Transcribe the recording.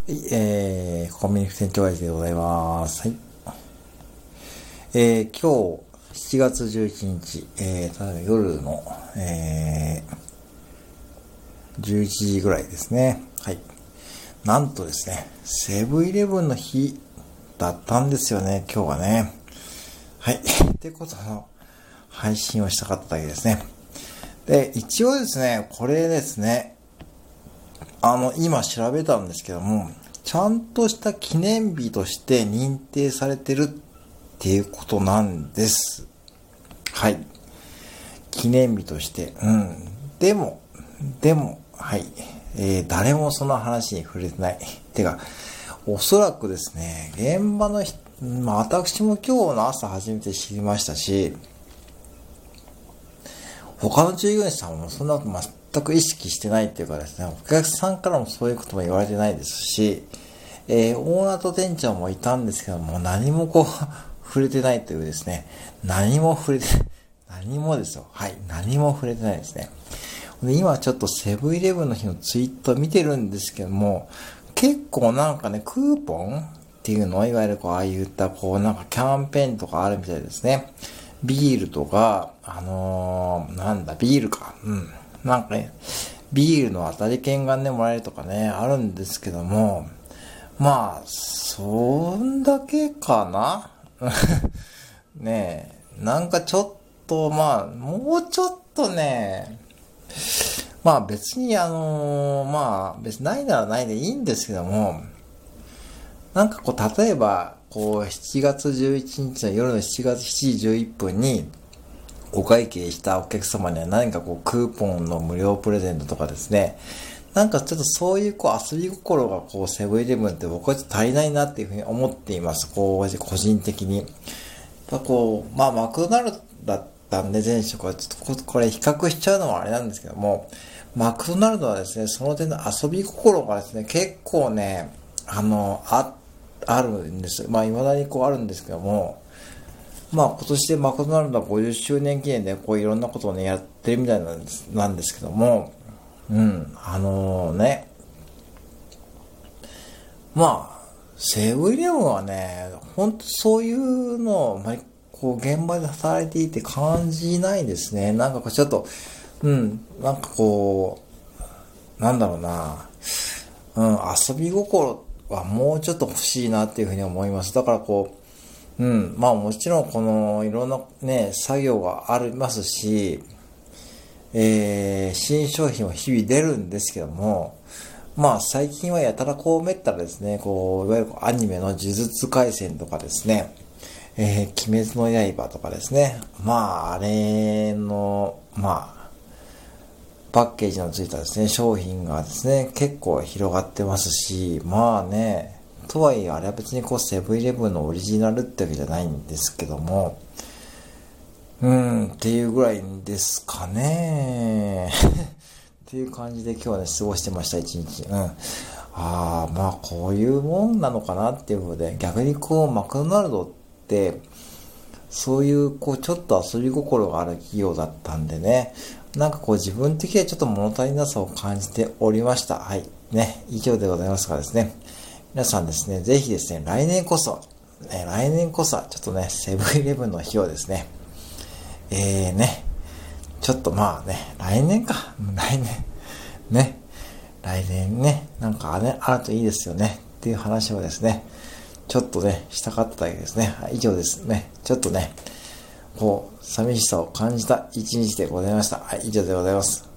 コンビニ店長会でございます。はい。今日、7月11日、ただ夜の、11時ぐらいですね。はい。なんとですね、セブンイレブンの日だったんですよね、今日はね。はい。ってことの配信をしたかっただけですね。で、一応ですね、これですね、今調べたんですけども、ちゃんとした記念日として認定されてるっていうことなんです。はい。記念日として。でも、はい。誰もその話に触れてない。てか、おそらくですね、現場の私も今日の朝初めて知りましたし、他の従業員さんもそんなこと全く意識してないっていうかですね、お客さんからもそういうことも言われてないですし、オーナーと店長もいたんですけども、何も触れてないというですね、何もですよ。はい、何も触れてないですね。で、今ちょっとセブンイレブンの日のツイート見てるんですけども、結構なんかね、クーポンっていうのをいわゆるああいったなんかキャンペーンとかあるみたいですね。ビールとか、ビールか。なんかね、ビールの当たり券がね、もらえるとかね、あるんですけども、まあ、そんだけかなねえ、なんかちょっと、もうちょっとね、別に別にないならないでいいんですけども、なんか例えば、7月11日の夜の7月7時11分に、お会計したお客様には何かクーポンの無料プレゼントとかですね、なんかちょっとそういう遊び心がセブンイレブンって僕はちょっと足りないなっていうふうに思っています。個人的に。マクドナルドだったんで前職はちょっとこれ比較しちゃうのもあれなんですけども、マクドナルドはですね、その点の遊び心がですね、結構ね、あるんです。未だにあるんですけども、今年でマクドナルドは50周年記念でいろんなことをね、やってるみたいなんですけども、セブンイレブンはね、ほんとそういうのを、現場で働いていて感じないですね。なんかちょっと、なんだろうな、遊び心はもうちょっと欲しいなっていうふうに思います。だからもちろんいろんなね、作業がありますし、新商品は日々出るんですけども、最近はやたらめったらですね、いわゆるアニメの呪術廻戦とかですね、鬼滅の刃とかですね、あれの、パッケージのついたですね、商品がですね、結構広がってますし、とはいえあれは別にセブンイレブンのオリジナルってわけじゃないんですけども、っていうぐらいですかね。っていう感じで今日はね、過ごしてました、一日。こういうもんなのかなっていうことで、逆にマクドナルドって、そういうちょっと遊び心がある企業だったんでね、なんか自分的にはちょっと物足りなさを感じておりました。はい。ね、以上でございますがですね、皆さんですね、ぜひですね、来年こそはちょっとね、セブンイレブンの日をですね、ちょっと来年ね、なんかね、あるといいですよね、っていう話をですね、ちょっとね、したかっただけですね。以上ですね。ちょっとね、寂しさを感じた一日でございました。はい、以上でございます。